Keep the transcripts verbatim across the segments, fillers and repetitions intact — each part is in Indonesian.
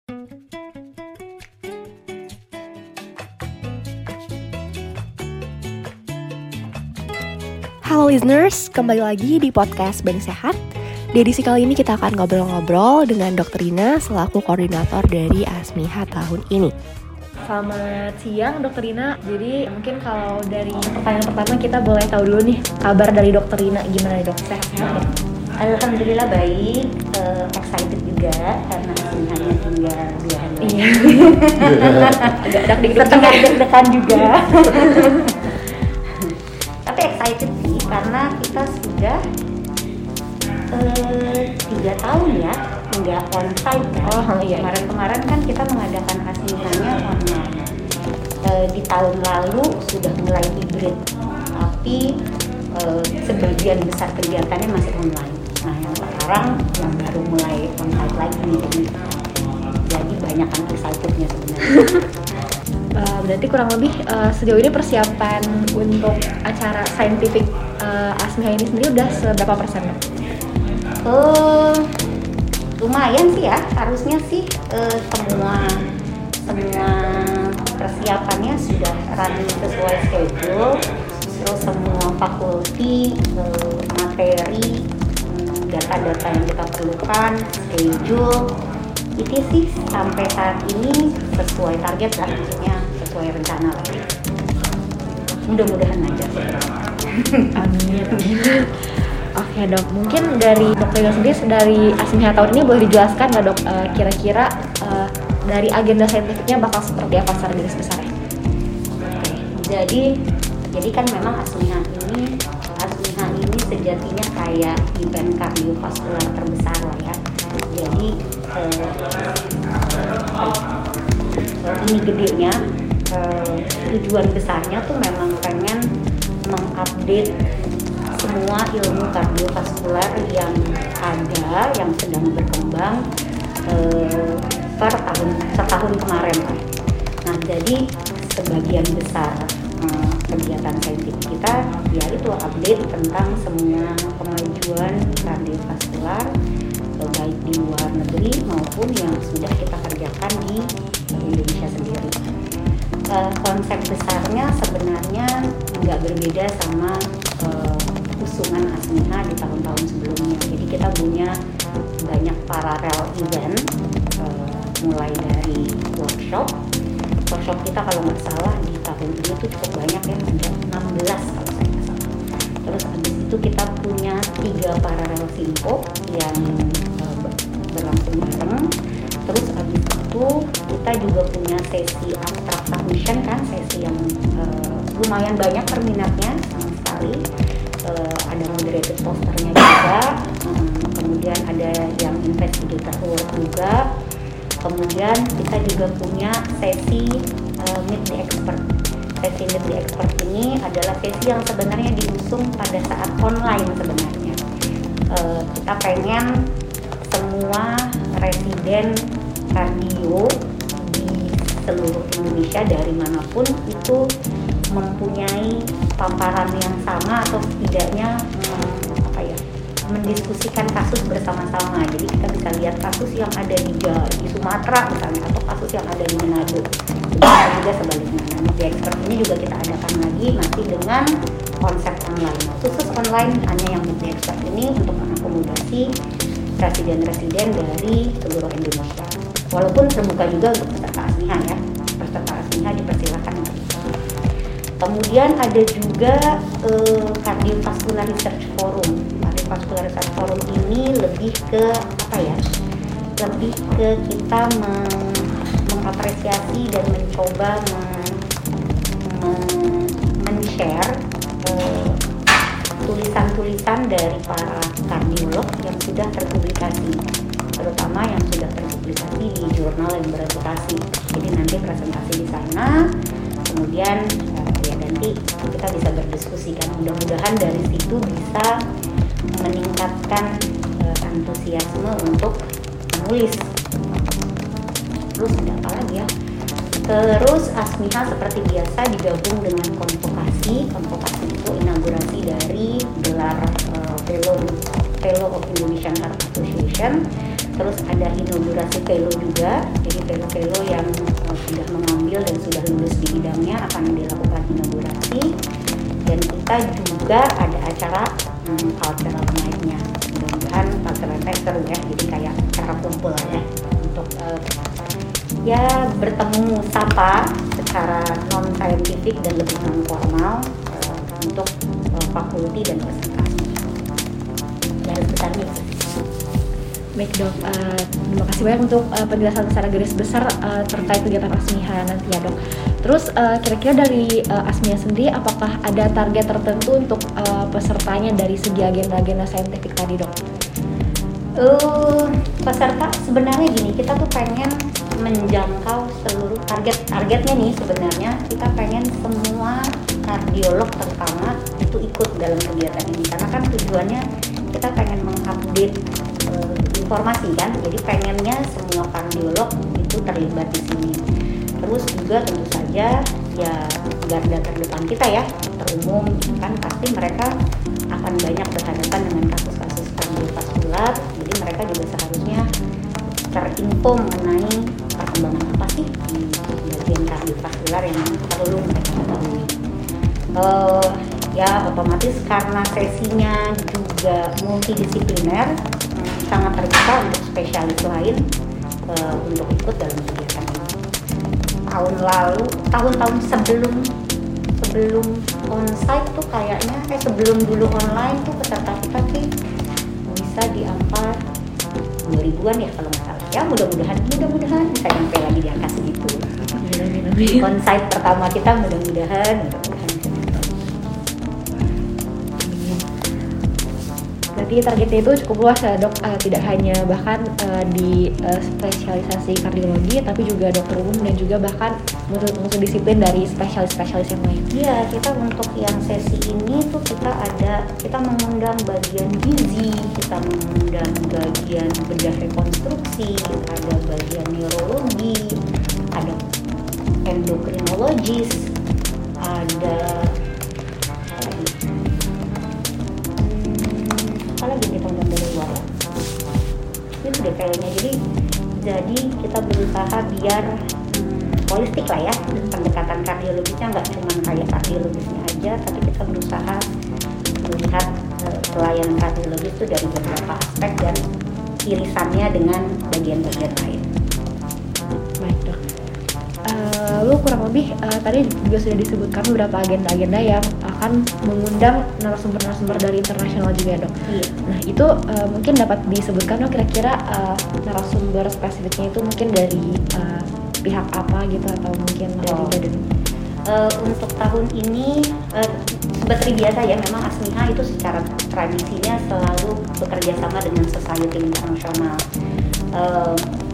Halo listeners, kembali lagi di podcast Bani Sehat. Di edisi kali ini kita akan ngobrol-ngobrol dengan dokter Rina selaku koordinator dari ASMIHA tahun ini. Selamat siang dokter Rina. Jadi mungkin kalau dari pertanyaan pertama kita boleh tahu dulu nih kabar dari dokter Rina gimana nih dok? Sehat-sehat ya? Alhamdulillah baik, uh, excited juga karena hanya tinggal dua hari lagi. Iya. Agak setengah deg-degan juga. Tapi excited sih karena kita sudah uh, tiga tahun ya nggak onsite kan. Oh iya. Kemarin-kemarin kan kita mengadakan ASMIHA-nya online. Uh, di tahun lalu sudah mulai hybrid, tapi uh, sebagian besar kegiatannya masih online. Nah yang sekarang yang baru mulai onsite lagi nih, jadi banyak kan excitednya sebenarnya. Uh, berarti kurang lebih uh, sejauh ini persiapan untuk acara scientific uh, ASMIHA ini sendiri udah seberapa persen? Uh, lumayan sih ya, harusnya sih uh, semua semua persiapannya sudah running sesuai schedule, terus semua fakulti, uh, materi, data-data yang kita perlukan, schedule, itu sih sampai saat ini sesuai target lah, maksudnya sesuai rencana lah. Mudah-mudahan aja. Amin. Oke dok, mungkin dari dokter Rina sendiri dari ASMIHA tahun ini boleh dijelaskan nggak dok, uh, kira-kira uh, dari agenda saintifiknya bakal seperti apa secara garis besarnya? Oke, jadi jadi kan memang ASMIHA ini ASMIHA ini sejatinya kayak event kardiovaskular terbesar lah ya. Jadi eh, eh, ini gedenya, eh, tujuan besarnya tuh memang pengen mengupdate semua ilmu kardiovaskular yang ada, yang sedang berkembang eh, per tahun setahun kemarin. Nah jadi sebagian besar eh, kegiatan saintifik kita ya itu update tentang semua kemajuan kardiovaskular baik di luar negeri maupun yang sudah kita kerjakan di Indonesia sendiri. Uh, konsep besarnya sebenarnya nggak berbeda sama uh, usungan ASMIHA di tahun-tahun sebelumnya. Jadi kita punya banyak paralel event, uh, mulai dari workshop. Workshop kita kalau nggak salah di tahun ini tuh cukup banyak ya, ada enam belas kalau saya nggak salah. Terus habis itu kita punya tiga paralel simpo yang berlangsung bareng. Terus habis itu kita juga punya sesi abstrak submission kan, sesi yang uh, lumayan banyak perminatnya sama sekali. Uh, ada moderated posternya juga, um, kemudian ada yang investigator work juga. Kemudian kita juga punya sesi uh, meet the expert. Sesi meet the expert ini adalah sesi yang sebenarnya diusung pada saat online sebenarnya. Uh, kita pengen semua residen kardio di seluruh Indonesia dari manapun itu mempunyai paparan yang sama atau setidaknya hmm, apa ya mendiskusikan kasus bersama-sama. Jadi kita bisa lihat kasus yang ada di, di Sumatera misalnya atau kasus yang ada di Manado. Begitu juga sebaliknya. Nah, di expert ini juga kita adakan lagi nanti dengan konsep online. Khusus online hanya yang di expert ini untuk mengakomodasi residen-residen dari seluruh Indonesia. Walaupun terbuka juga untuk peserta ASMIHA ya, peserta ASMIHA dipersilakan. Kemudian ada juga eh, Cardiovascular Research Forum. Cardiovascular Research Forum ini lebih ke apa ya? Lebih ke kita meng, mengapresiasi dan mencoba men, men, men-share eh, tulisan-tulisan dari para kardiolog yang sudah terpublikasi, terutama yang sudah terpublikasi di jurnal yang bereputasi. Jadi nanti presentasi di sana, kemudian uh, ya nanti kita bisa berdiskusi kan. Mudah-mudahan dari situ bisa meningkatkan uh, antusiasme untuk menulis. Terus ada apa lagi ya? Terus ASMIHA seperti biasa digabung dengan konvokasi. Konvokasi itu inaugurasi dari gelar uh, Fellow, Fellow of Indonesian Heart Association. Terus ada inaugurasi Fellow juga. Jadi fellow-fellow yang uh, sudah mengambil dan sudah lulus di bidangnya akan dilakukan inaugurasi, dan kita juga ada acara um, cultural night-nya. Mudah-mudahan cultural night seru ya, jadi kayak acara kumpul ya untuk uh, ya bertemu sapa secara non scientific dan lebih non formal uh, untuk uh, fakulti dan presentasi. Ya sebesarnya itu. Baik dok, uh, terima kasih banyak untuk uh, penjelasan secara garis besar uh, terkait kegiatan Asmiha nanti ya dok. Terus uh, kira-kira dari uh, Asmiha sendiri apakah ada target tertentu untuk uh, pesertanya dari segi agenda-agenda saintifik tadi dok? Uh, peserta sebenarnya gini, kita tuh pengen menjangkau seluruh target targetnya nih sebenarnya kita pengen semua kardiolog terutama itu ikut dalam kegiatan ini, karena kan tujuannya kita pengen mengupdate uh, informasi kan, jadi pengennya semua kardiolog itu terlibat di sini. Terus juga tentu saja ya garda terdepan kita ya, dokter umum kan pasti mereka akan banyak berhadapan dengan kasus-kasus kardiovaskular, jadi mereka juga seharusnya terinfo mengenai perkembangan apa sih di bagian kardiovaskular yang perlu mereka ketahui. Uh, ya otomatis karena sesinya juga multidisipliner, hmm, sangat terbuka untuk spesialis lain uh, untuk ikut dalam kegiatan ini. Tahun lalu, tahun-tahun sebelum sebelum onsite tuh kayaknya, eh sebelum dulu online tuh peserta kita sih bisa di angka dua ribuan ya kalau nggak salah. Ya mudah-mudahan, mudah-mudahan bisa nyampe lagi di angka segitu. Onsite pertama kita mudah-mudahan, mudah-mudahan. Berarti targetnya itu cukup luas ya dok, uh, tidak hanya bahkan uh, di uh, spesialisasi kardiologi, tapi juga dokter umum dan juga bahkan multidisiplin dari spesialis-spesialis yang lain. Iya, kita untuk yang sesi ini tuh kita ada, kita mengundang bagian gizi, kita mengundang bagian bedah rekonstruksi, ada bagian neurologi, ada endokrinologis, ada apa lagi kita undang dari luar ya? Itu deh kayaknya. Jadi jadi kita berusaha biar hmm, holistik lah ya, pendekatan kardiologisnya nggak cuma kayak kardiologisnya aja, tapi kita berusaha melihat uh, pelayanan kardiologis itu dari beberapa aspek dan irisannya dengan bagian-bagian lain. Baik dok. Uh, lu kurang lebih uh, tadi juga sudah disebutkan beberapa agenda-agenda yang akan mengundang narasumber-narasumber dari internasional juga ya dok. Iya. Nah itu uh, mungkin dapat disebutkan dok kira-kira uh, narasumber spesifiknya itu mungkin dari uh, pihak apa gitu atau mungkin dari oh. badan? Uh, untuk tahun ini uh, seperti biasa ya, memang Asmiha itu secara tradisinya selalu bekerja sama dengan society internasional. Uh,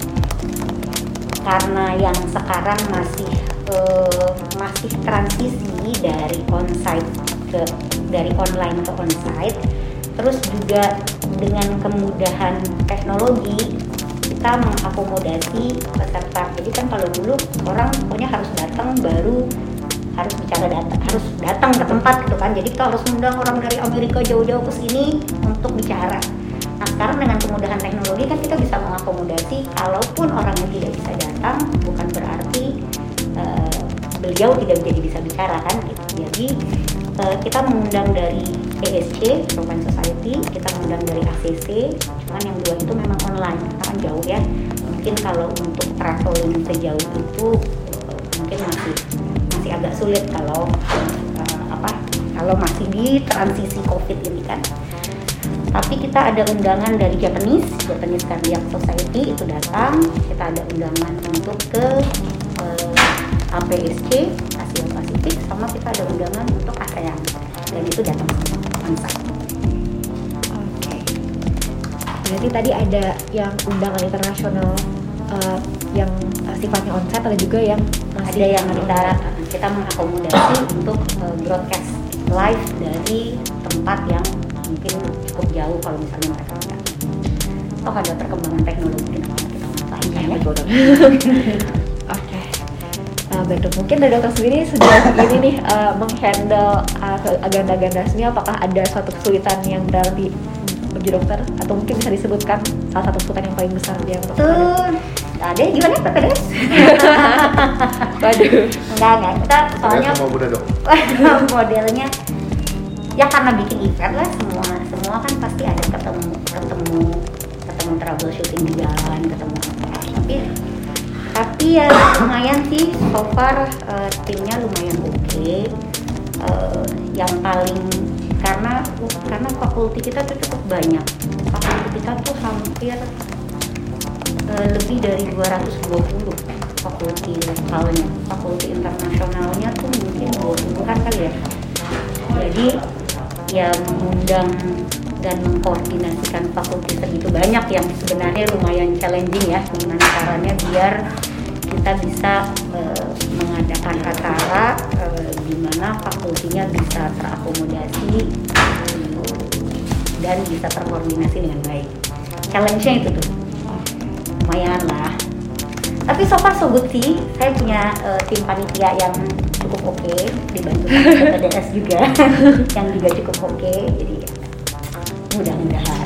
karena yang sekarang masih uh, masih transisi dari onsite ke dari online ke onsite, terus juga dengan kemudahan teknologi kita mengakomodasi peserta. Jadi kan kalau dulu orang pokoknya harus datang baru harus bicara data, harus datang ke tempat gitu kan. Jadi kita harus mengundang orang dari Amerika jauh-jauh ke sini untuk bicara. Nah sekarang dengan kemudahan teknologi kan kita bisa mengakomodasi, kalaupun orang yang tidak bisa datang bukan berarti uh, beliau tidak jadi bisa bicara kan gitu. Jadi uh, kita mengundang dari E S C, European Society, kita mengundang dari A C C, cuman yang dua itu memang online karena kan jauh ya. Mungkin kalau untuk traveling sejauh itu uh, mungkin masih masih agak sulit kalau uh, apa kalau masih di transisi COVID ini kan. Tapi kita ada undangan dari Japanese, Japanese Cardiac Society itu datang. Kita ada undangan untuk ke uh, A P S C, Asia Pasifik, sama kita ada undangan untuk ASEAN, dan itu datang semua onsite. Oke. Berarti tadi ada yang undangan internasional uh, yang uh, sifatnya onsite, ada juga yang masih ada yang kita kita mengakomodasi untuk uh, broadcast live dari tempat yang mungkin cukup jauh kalau misalnya mereka tidak. Oh ada perkembangan teknologi kenapa kita manfaatkan ya. Oke. Uh, baik dok, mungkin dari dokter sendiri sudah begini nih uh, menghandle uh, agenda-agenda resmi, apakah ada suatu kesulitan yang berarti bagi dokter atau mungkin bisa disebutkan salah satu kesulitan yang paling besar yang dokter uh, Ade gimana P P D S? Waduh. Enggak enggak kita soalnya mau muda dong. modelnya ya karena bikin event lah semua semua kan pasti ada ketemu ketemu ketemu troubleshooting di jalan ketemu apa tapi tapi ya lumayan sih so far uh, timnya lumayan oke okay. uh, yang paling karena karena fakulti kita tuh cukup banyak fakulti kita tuh hampir uh, lebih dari dua ratus dua puluh fakulti lokalnya fakulti internasionalnya tuh mungkin dua puluhan kali ya jadi ya mengundang dan mengkoordinasikan fakulti segitu banyak yang sebenarnya lumayan challenging ya gimana caranya biar kita bisa uh, mengadakan acara uh, di mana fakultinya bisa terakomodasi uh, dan bisa terkoordinasi dengan baik. Challenge-nya itu tuh lumayan lah. Tapi so far so good sih. Saya punya uh, tim panitia yang cukup oke, okay, dibantu P P D S juga yang juga cukup oke. Okay, jadi mudah-mudahan.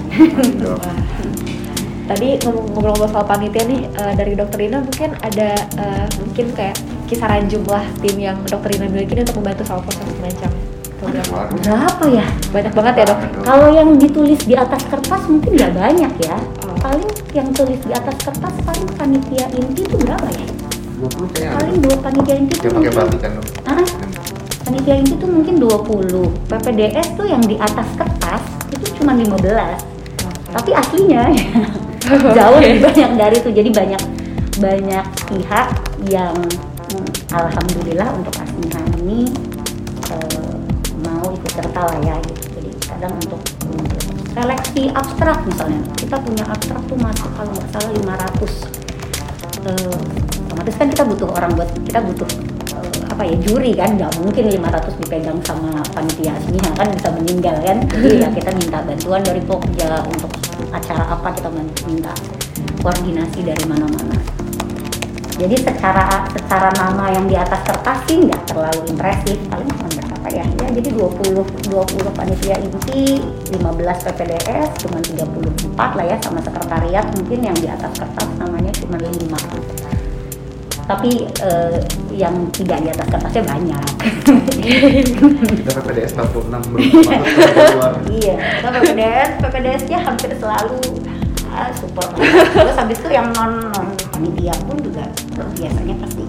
Tadi ngobrol-ngobrol soal panitia nih uh, dari Dokter Rina mungkin ada uh, mungkin kayak kisaran jumlah tim yang Dokter Rina miliki untuk membantu soal proses semacam program. Berapa ya? Banyak banget ya dok. Kalau yang ditulis di atas kertas mungkin nggak banyak ya. Oh. Paling yang tulis di atas kertas paling panitia inti itu berapa ya? dua puluh kayaknya. Paling dua panitia inti itu pakai batik kan dong. Ah, panitia inti itu mungkin dua puluh. P P D S tuh yang di atas kertas itu cuma lima belas. Okay. Tapi aslinya jauh lebih banyak dari itu. Jadi banyak banyak pihak yang hmm, alhamdulillah untuk Asmiha ini eh, mau ikut serta lah ya gitu. Jadi kadang untuk, untuk seleksi abstrak misalnya kita punya abstrak tuh masuk kalau nggak salah lima ratus. Eh, otomatis kan kita butuh orang buat kita butuh eh, apa ya juri kan nggak mungkin lima ratus dipegang sama panitia Asmiha kan bisa meninggal kan. Jadi ya kita minta bantuan dari Pokja untuk acara apa kita minta koordinasi dari mana-mana. Jadi secara secara nama yang di atas kertas sih nggak terlalu impresif, paling cuma berapa ya? Ya jadi dua puluh panitia inti, lima belas P P D S, cuma tiga puluh empat lah ya sama sekretariat mungkin yang di atas kertas namanya cuma lima. Tapi eh, yang tidak di atas kertasnya banyak. Kita P P D S enam puluh enam berapa? Iya, kita P P D S, P P D S-nya hampir selalu ah, support. Terus habis itu yang non non panitia pun juga biasanya pasti.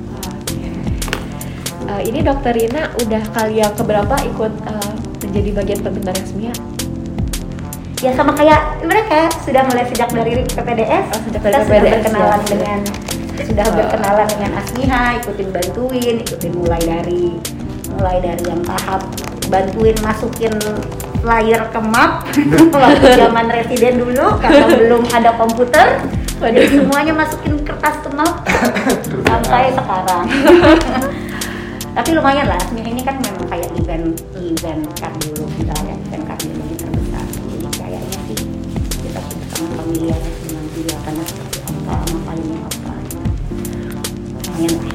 Uh, ini Dokter Rina udah kali yang keberapa ikut uh, menjadi bagian penting dari Asmiha? Ya sama kayak mereka sudah mulai sejak dari P P D S, oh, sejak kita dari sudah P P D S, berkenalan ya. dengan sudah oh. berkenalan dengan Asmiha, ikutin bantuin, ikutin mulai dari mulai dari yang tahap bantuin masukin flyer ke map waktu zaman residen dulu karena belum ada komputer, jadi semuanya masukin kertas ke map sampai sekarang. Tapi lumayan lah, Asmiha ini kan memang kayak event event kardiologi lah ya, event kardiologi terbesar. Jadi kayaknya sih kita sudah sangat familiar dengan kegiatannya seperti apa, ngapainnya apa. Lumayan lah.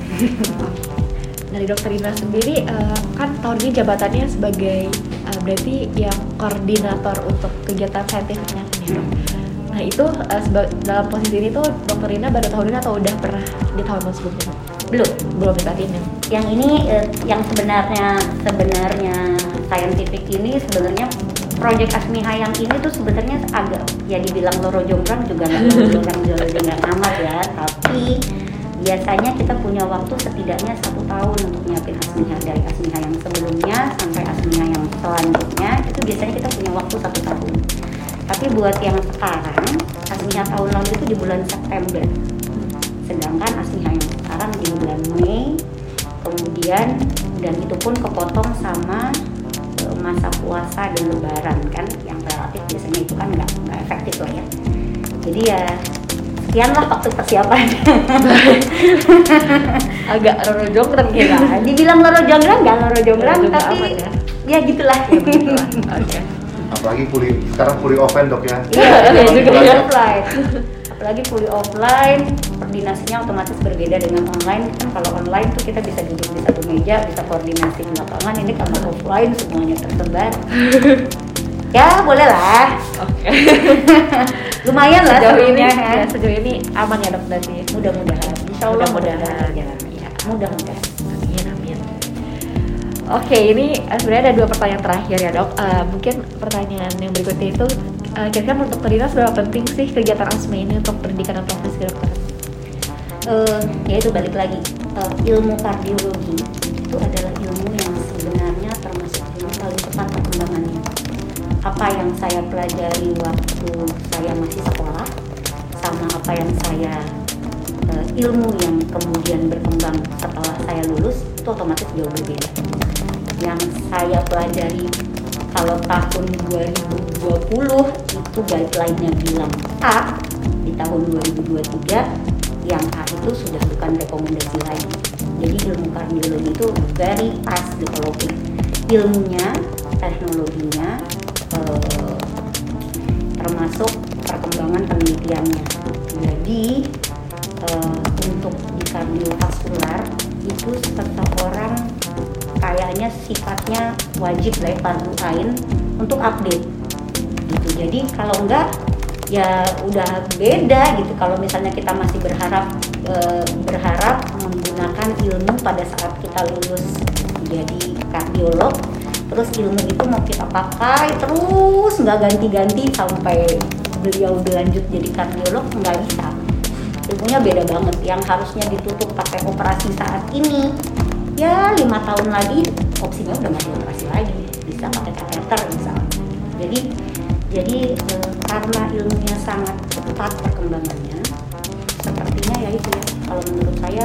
Dari Dokter Rina sendiri uh, kan tahun ini jabatannya sebagai uh, berarti yang koordinator untuk kegiatan saintifiknya kan ya dok. Nah itu uh, seba- dalam posisi ini tuh Dokter Rina baru tahun ini atau udah pernah di tahun sebelumnya? Belum, belum diperhatiin ya. Yang ini eh, yang sebenarnya sebenarnya saintifik ini sebenarnya proyek Asmiha yang ini tuh sebenarnya agak ya dibilang loro jonggrang juga nggak loro jonggrang loro jonggrang amat ya, tapi biasanya kita punya waktu setidaknya satu tahun untuk nyiapin Asmiha dari Asmiha yang sebelumnya sampai Asmiha yang selanjutnya itu biasanya kita punya waktu satu tahun. Tapi buat yang sekarang Asmiha tahun lalu itu di bulan September, sedangkan Asmiha yang sekarang di bulan Mei, kemudian dan itu pun kepotong sama masa puasa dan lebaran kan yang relatif biasanya itu kan nggak nggak efektif lah ya. Jadi ya sekianlah waktu persiapan. Agak loro jonggrang kira. Dibilang loro jonggrang nggak loro jonggrang tapi ya, ya gitulah. Ya, begitulah. Okay. Apalagi fully sekarang fully offline dok ya. Iya, fully offline. Apalagi fully offline, koordinasinya otomatis berbeda dengan online. Kan kalau online tuh kita bisa duduk di satu meja, bisa koordinasi di lapangan. Ini kalau offline semuanya tersebar. Ya boleh lah. Oke. lumayan lah sejauh ini sebelumnya, ya, kan? sejauh ini aman ya dok berarti. Mudah-mudahan, insya Allah Mudah-mudahan. mudah-mudahan, Ya. mudah-mudahan. Amin amin. Oke, ini uh, sebenarnya ada dua pertanyaan terakhir ya dok. Uh, mungkin pertanyaan yang berikutnya itu uh, kira-kira menurut dokter Rina seberapa penting sih kegiatan ASMI ini untuk pendidikan dan profesi kedokteran? Uh, ya itu balik lagi, uh, ilmu kardiologi itu adalah ilmu yang sebenarnya termasuk ilmu paling cepat perkembangannya. Apa yang saya pelajari waktu saya masih sekolah sama apa yang saya uh, ilmu yang kemudian berkembang setelah saya lulus itu otomatis jauh berbeda. Yang saya pelajari kalau tahun dua ribu dua puluh itu guideline-nya bilang A, di tahun dua ribu dua puluh tiga yang A itu sudah bukan rekomendasi lagi. Jadi ilmu kardiologi itu very fast developing. Ilmunya, teknologinya, eh, termasuk perkembangan penelitiannya. Jadi eh, untuk di kardiovaskular itu seseorang kayaknya sifatnya wajib lah ya, fardu ain untuk update gitu. Jadi kalau enggak ya udah beda gitu. Kalau misalnya kita masih berharap e, berharap menggunakan ilmu pada saat kita lulus jadi kardiolog, terus ilmu itu mau kita pakai terus nggak ganti-ganti sampai beliau berlanjut jadi kardiolog, nggak bisa. Ilmunya beda banget. Yang harusnya ditutup pakai operasi saat ini, ya lima tahun lagi opsinya udah nggak dioperasi lagi, bisa pakai kateter misalnya. Jadi jadi e, karena ilmunya sangat cepat perkembangannya, sepertinya ya itu ya, kalau menurut saya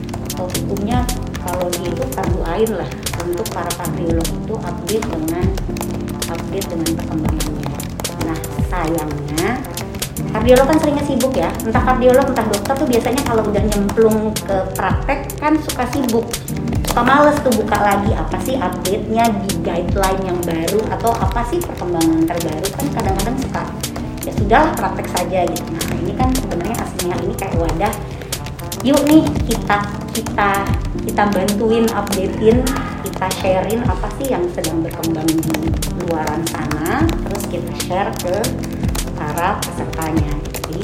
hukumnya kalau dia itu fardu ain lah untuk para kardiolog itu update dengan update dengan perkembangannya. Nah sayangnya kardiolog kan seringnya sibuk ya, entah kardiolog entah dokter tuh biasanya kalau udah nyemplung ke praktek kan suka sibuk, suka males tuh buka lagi apa sih update-nya di guideline yang baru atau apa sih perkembangan terbaru, kan kadang-kadang suka ya sudahlah praktek saja gitu. Nah ini kan sebenarnya aslinya ini kayak wadah, yuk nih kita kita kita bantuin updatein, kita sharein apa sih yang sedang berkembang di luaran sana, terus kita share ke para pesertanya. Jadi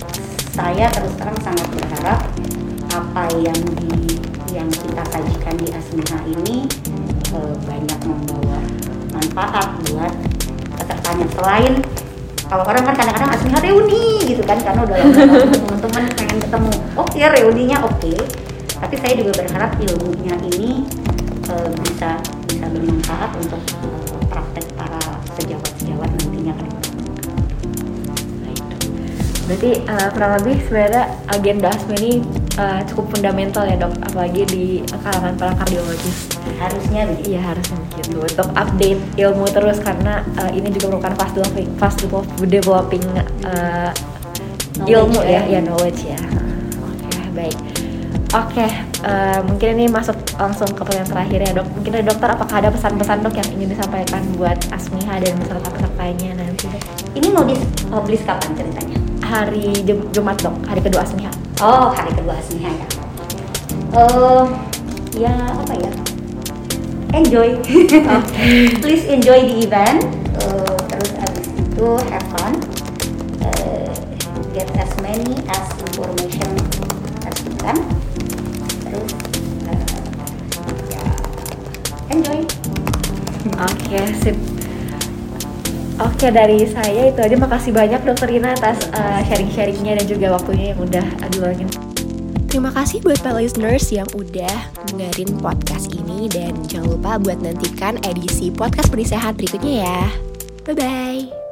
saya terus terang sangat berharap apa yang di yang kita sajikan di ASMIHA ini e, banyak membawa manfaat buat pesertanya. Selain kalau orang kan kadang-kadang ASMIHA reuni gitu kan, karena udah lama teman-teman pengen ketemu, oke okay, reuninya oke, okay. Tapi saya juga berharap ilmunya ini e, bisa bisa bermanfaat untuk e, praktek para sejawat-sejawat nantinya ke depan. Berarti uh, kurang lebih sebenarnya agenda ASMI ini uh, cukup fundamental ya dok, apalagi di kalangan para kardiologis. Harusnya begitu. Iya harusnya begitu, untuk update ilmu terus karena uh, ini juga merupakan fast developing, fast developing uh, ilmu ya, ya knowledge ya. Oke okay, baik. Oke, okay, uh, mungkin ini masuk langsung ke pertanyaan terakhir ya dok. Mungkin dari dokter, apakah ada pesan-pesan dok yang ingin disampaikan buat ASMIHA dan peserta-pesertanya nanti dok? Ini mau di-publish kapan ceritanya? Hari Jum- Jumat dok, hari kedua ASMIHA. Oh, hari kedua ASMIHA ya. Uh, ya apa ya? Enjoy. Okay. Please enjoy the event. Uh, terus abis itu have fun. Uh, get as many as information as you can. Terus uh, ya enjoy. Oke, okay, sip. Oke, dari saya itu aja. Makasih banyak dokter Rina atas uh, sharing-sharingnya dan juga waktunya yang udah diluangin. Terima kasih buat para listeners yang udah dengerin podcast ini, dan jangan lupa buat nantikan edisi podcast Beri Sehat berikutnya ya. Bye-bye.